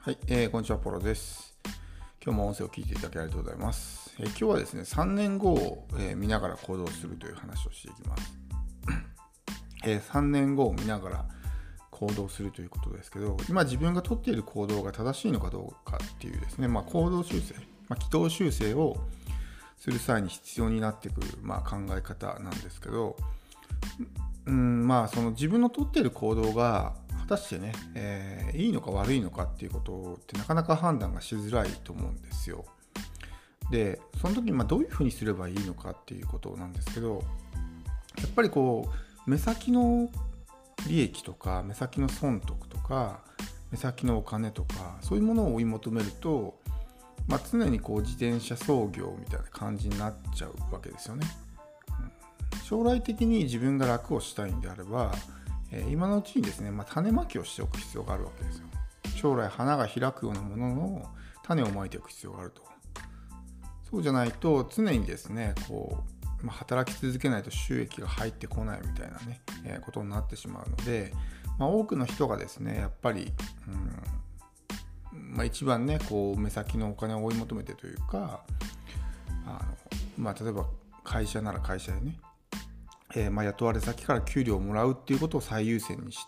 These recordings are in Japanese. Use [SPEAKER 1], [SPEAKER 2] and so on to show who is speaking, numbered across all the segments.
[SPEAKER 1] はい、こんにちは、ポロです。今日も音声を聞いていただきありがとうございます。今日はですね、3年後を、見ながら行動するという話をしていきます。3年後を見ながら行動するということですけど、今自分が取っている行動が正しいのかどうかっていうですね、行動修正、軌道修正をする際に必要になってくる、考え方なんですけど、その自分の取っている行動が果たしてね、いいのか悪いのかっていうことってなかなか判断がしづらいと思うんですよ。で、その時にどういうふうにすればいいのかっていうことなんですけど、やっぱり目先の利益とか目先の損得とか目先のお金とかそういうものを追い求めると、常に自転車操業みたいな感じになっちゃうわけですよね。将来的に自分が楽をしたいんであれば、今のうちにですね、種まきをしておく必要があるわけですよ。将来花が開くようなものの種をまいておく必要があると。そうじゃないと常にですね、働き続けないと収益が入ってこないみたいなね、ことになってしまうので、多くの人がですね、やっぱり、一番ね、目先のお金を追い求めてというか、例えば会社なら会社でね、雇われ先から給料をもらうっていうことを最優先にして、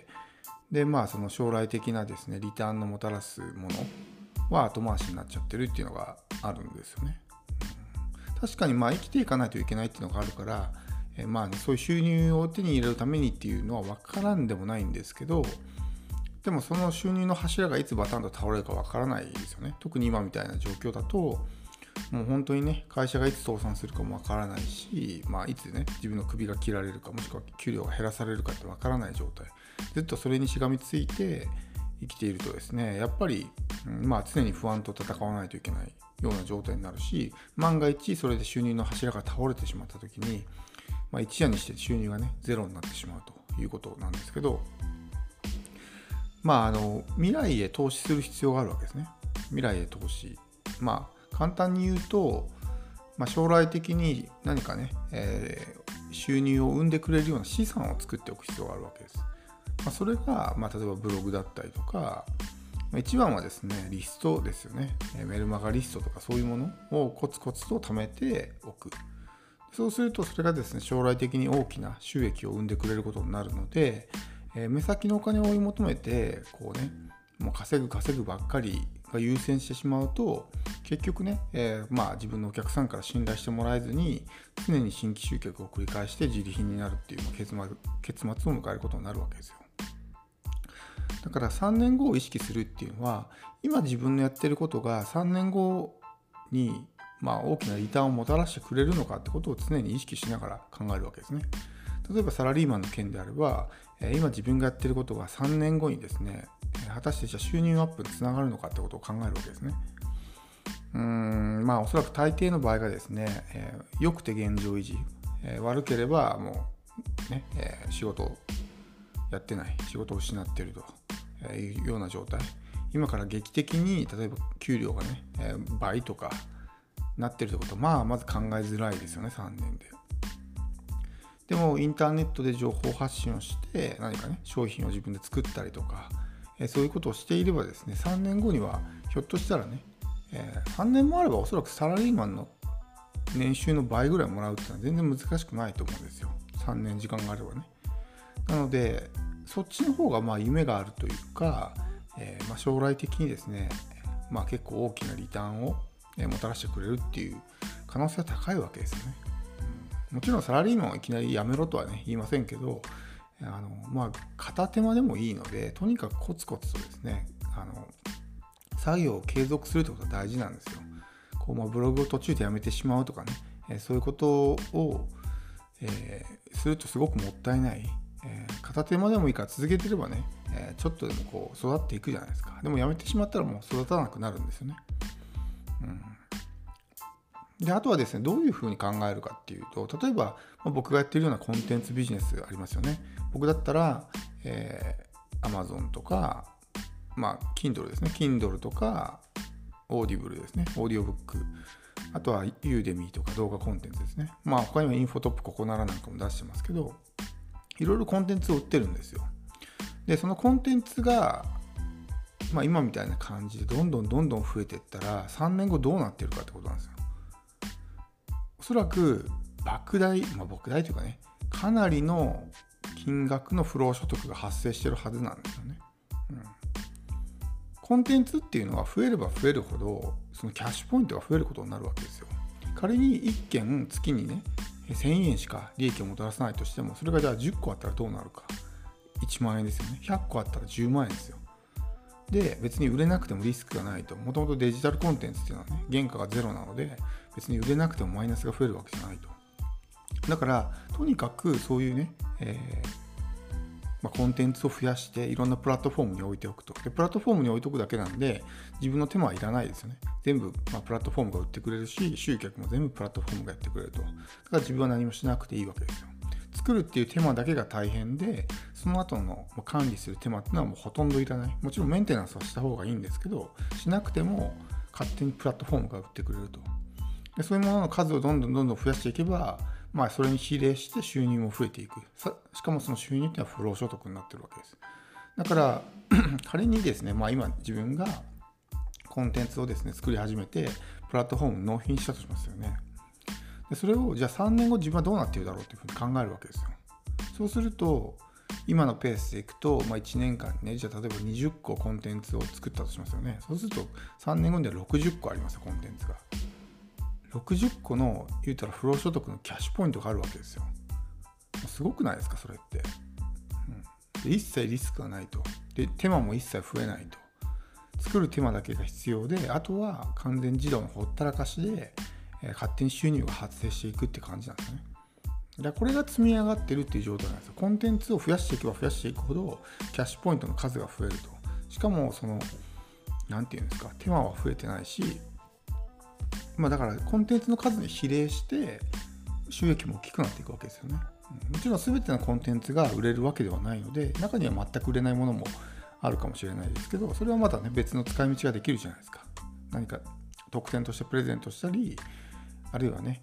[SPEAKER 1] でその将来的なですねリターンのもたらすものは後回しになっちゃってるっていうのがあるんですよね。確かに生きていかないといけないっていうのがあるから、そういう収入を手に入れるためにっていうのは分からんでもないんですけど、でもその収入の柱がいつバタンと倒れるか分からないですよね。特に今みたいな状況だともう本当にね、会社がいつ倒産するかもわからないし、いつね、自分の首が切られるか、もしくは給料が減らされるかってわからない状態。ずっとそれにしがみついて生きているとですね、やっぱり、常に不安と戦わないといけないような状態になるし、万が一それで収入の柱が倒れてしまった時に、一夜にして収入がね、ゼロになってしまうということなんですけど、未来へ投資する必要があるわけですね。未来へ投資。簡単に言うと、将来的に何かね、収入を生んでくれるような資産を作っておく必要があるわけです。それが、例えばブログだったりとか、一番はですね、リストですよね。メルマガリストとかそういうものをコツコツと貯めておく。そうすると、それがですね、将来的に大きな収益を生んでくれることになるので、目先のお金を追い求めて、もう稼ぐばっかりが優先してしまうと、結局ね、自分のお客さんから信頼してもらえずに常に新規集客を繰り返して自利品になるっていう結末を迎えることになるわけですよ。だから3年後を意識するっていうのは、今自分のやってることが3年後に大きなリターンをもたらしてくれるのかってことを常に意識しながら考えるわけですね。例えばサラリーマンの件であれば、今自分がやってることが3年後にですね、果たしてじゃあ収入アップにつながるのかってことを考えるわけですね。おそらく大抵の場合がですね、良くて現状維持、悪ければもうね、仕事をやってない、仕事を失っているというような状態。今から劇的に例えば給料がね、倍とかなってるってことはまず考えづらいですよね、3年で。でもインターネットで情報発信をして何かね、商品を自分で作ったりとか、そういうことをしていればですね、3年後にはひょっとしたらね、3年もあればおそらくサラリーマンの年収の倍ぐらいもらうっていうのは全然難しくないと思うんですよ。3年時間があればね。なのでそっちの方が夢があるというか、将来的にですね、結構大きなリターンをもたらしてくれるっていう可能性は高いわけですよね。もちろんサラリーマンはいきなり辞めろとはね言いませんけど、片手間でもいいので、とにかくコツコツとですね、作業を継続するってことは大事なんですよ。ブログを途中でやめてしまうとかね、そういうことを、するとすごくもったいない。片手間でもいいから続けてればね、ちょっとでも育っていくじゃないですか。でもやめてしまったらもう育たなくなるんですよね。で、あとはですね、どういうふうに考えるかっていうと、例えば、僕がやっているようなコンテンツビジネスありますよね。僕だったら、Amazon とか、Kindle ですね。Kindle とか、Audible ですね。オーディオブック。あとは Udemy とか動画コンテンツですね。他にはインフォトップここならなんかも出してますけど、いろいろコンテンツを売ってるんですよ。で、そのコンテンツが今みたいな感じでどんどん増えていったら3年後どうなってるかってことなんですよ。おそらく莫大というかね、かなりの金額の不労所得が発生してるはずなんですよね。コンテンツっていうのは増えれば増えるほどそのキャッシュポイントが増えることになるわけですよ。仮に1件月にね1000円しか利益をもたらさないとしても、それがじゃあ10個あったらどうなるか。1万円ですよね。100個あったら10万円ですよ。で、別に売れなくてもリスクがないと。もともとデジタルコンテンツっていうのはね、原価がゼロなので、別に売れなくてもマイナスが増えるわけじゃないと。だから、とにかくそういうね、コンテンツを増やしていろんなプラットフォームに置いておくと。でプラットフォームに置いておくだけなんで自分の手間はいらないですよね。全部、プラットフォームが売ってくれるし、集客も全部プラットフォームがやってくれると。だから自分は何もしなくていいわけですよ。作るっていう手間だけが大変で、その後の管理する手間っていうのはもうほとんどいらない。もちろんメンテナンスはした方がいいんですけど、しなくても勝手にプラットフォームが売ってくれると。でそういうものの数をどんどん増やしていけば、それに比例して収入も増えていく。しかもその収入っていうのは不労所得になってるわけです。だから仮にですね、今自分がコンテンツをですね作り始めてプラットフォームに納品したとしますよね。でそれをじゃあ3年後自分はどうなっているだろうというふうに考えるわけですよ。そうすると今のペースでいくと、1年間にね、じゃあ例えば20個コンテンツを作ったとしますよね。そうすると3年後には60個ありますよ、コンテンツが。60個の言うたら不労所得のキャッシュポイントがあるわけですよ。すごくないですか、それって。で一切リスクがないと。で手間も一切増えないと。作る手間だけが必要で、あとは完全自動のほったらかしで、勝手に収入が発生していくって感じなんですね。でこれが積み上がってるっていう状態なんですよ。コンテンツを増やしていけば増やしていくほどキャッシュポイントの数が増えると。しかもなんていうんですか、手間は増えてないし、だからコンテンツの数に比例して収益も大きくなっていくわけですよね。もちろん全てのコンテンツが売れるわけではないので、中には全く売れないものもあるかもしれないですけど、それはまたね別の使い道ができるじゃないですか。何か特典としてプレゼントしたり、あるいはね、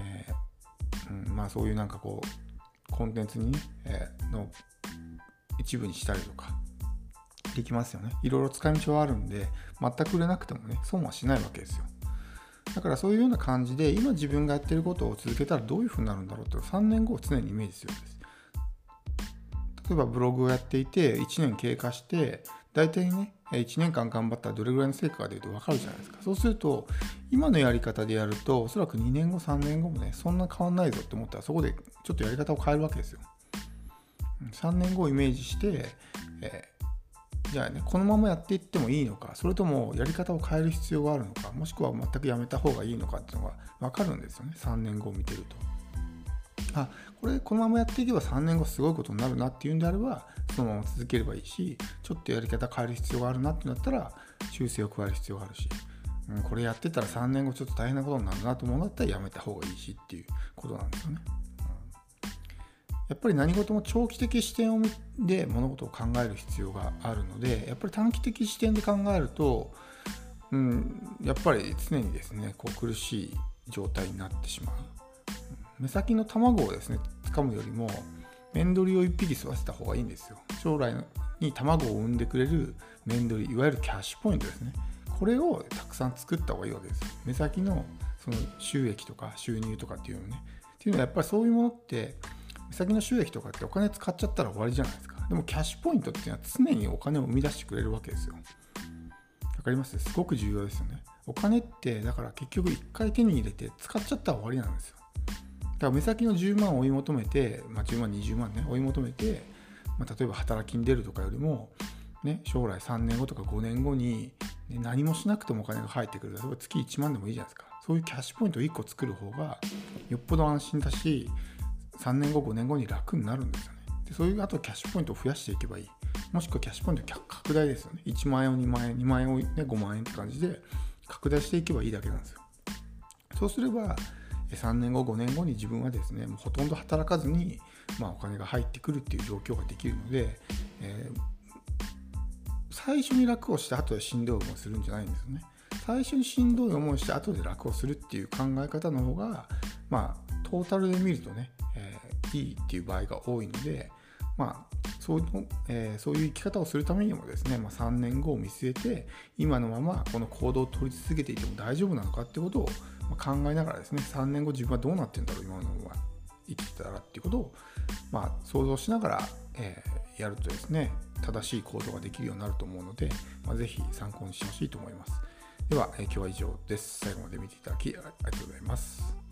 [SPEAKER 1] そういうコンテンツに、の一部にしたりとかできますよね。いろいろ使い道はあるんで、全く売れなくてもね損はしないわけですよ。だからそういうような感じで、今自分がやっていることを続けたらどういうふうになるんだろうと3年後を常にイメージするんです。例えばブログをやっていて1年経過して、大体ね1年間頑張ったらどれぐらいの成果が出ると分かるじゃないですか。そうすると今のやり方でやると、おそらく2年後3年後もねそんな変わんないぞって思ったら、そこでちょっとやり方を変えるわけですよ。3年後をイメージして、じゃあねこのままやっていってもいいのか、それともやり方を変える必要があるのか、もしくは全くやめた方がいいのかっていうのが分かるんですよね、3年後を見てると。このままやっていけば3年後すごいことになるなっていうんであれば、そのまま続ければいいし、ちょっとやり方変える必要があるなってなったら修正を加える必要があるし、これやってたら3年後ちょっと大変なことになるなと思うんだったらやめた方がいいしっていうことなんですよね。やっぱり何事も長期的視点で物事を考える必要があるので、やっぱり短期的視点で考えると、やっぱり常にですね苦しい状態になってしまう。目先の卵をですね掴むよりも面取りを1匹吸わせた方がいいんですよ。将来に卵を産んでくれる面取り、いわゆるキャッシュポイントですね。これをたくさん作った方がいいわけですよ。目先のその収益とか収入とかっていうのね。っていうのはやっぱりそういうものって目先の収益とかってお金使っちゃったら終わりじゃないですか。でもキャッシュポイントっていうのは常にお金を生み出してくれるわけですよ。わかります？すごく重要ですよね。お金ってだから結局1回手に入れて使っちゃったら終わりなんですよ。だから目先の10万を追い求めて、10万20万ね追い求めて、例えば働きに出るとかよりもね、将来3年後とか5年後に、ね、何もしなくてもお金が入ってくる。例えば月1万でもいいじゃないですか。そういうキャッシュポイントを1個作る方がよっぽど安心だし、3年後5年後に楽になるんですよね。でそういうあとキャッシュポイントを増やしていけばいい。もしくはキャッシュポイント拡大ですよね。1万円を2万円、2万円を、ね、5万円って感じで拡大していけばいいだけなんですよ。そうすれば3年後5年後に自分はですねもうほとんど働かずに、お金が入ってくるっていう状況ができるので、最初に楽をして後でしんどい思いをするんじゃないんですよね。最初にしんどい思いをして後で楽をするっていう考え方の方が、トータルで見るとね、いいっていう場合が多いので、そそういう生き方をするためにもですね、3年後を見据えて、今のままこの行動を取り続けていても大丈夫なのかってことを考えながらですね、3年後自分はどうなってるんだろう、今のまま生きてたらっていうことを、想像しながら、やるとですね、正しい行動ができるようになると思うので、ぜひ参考にしてほしいと思います。では、今日は以上です。最後まで見ていただきありがとうございます。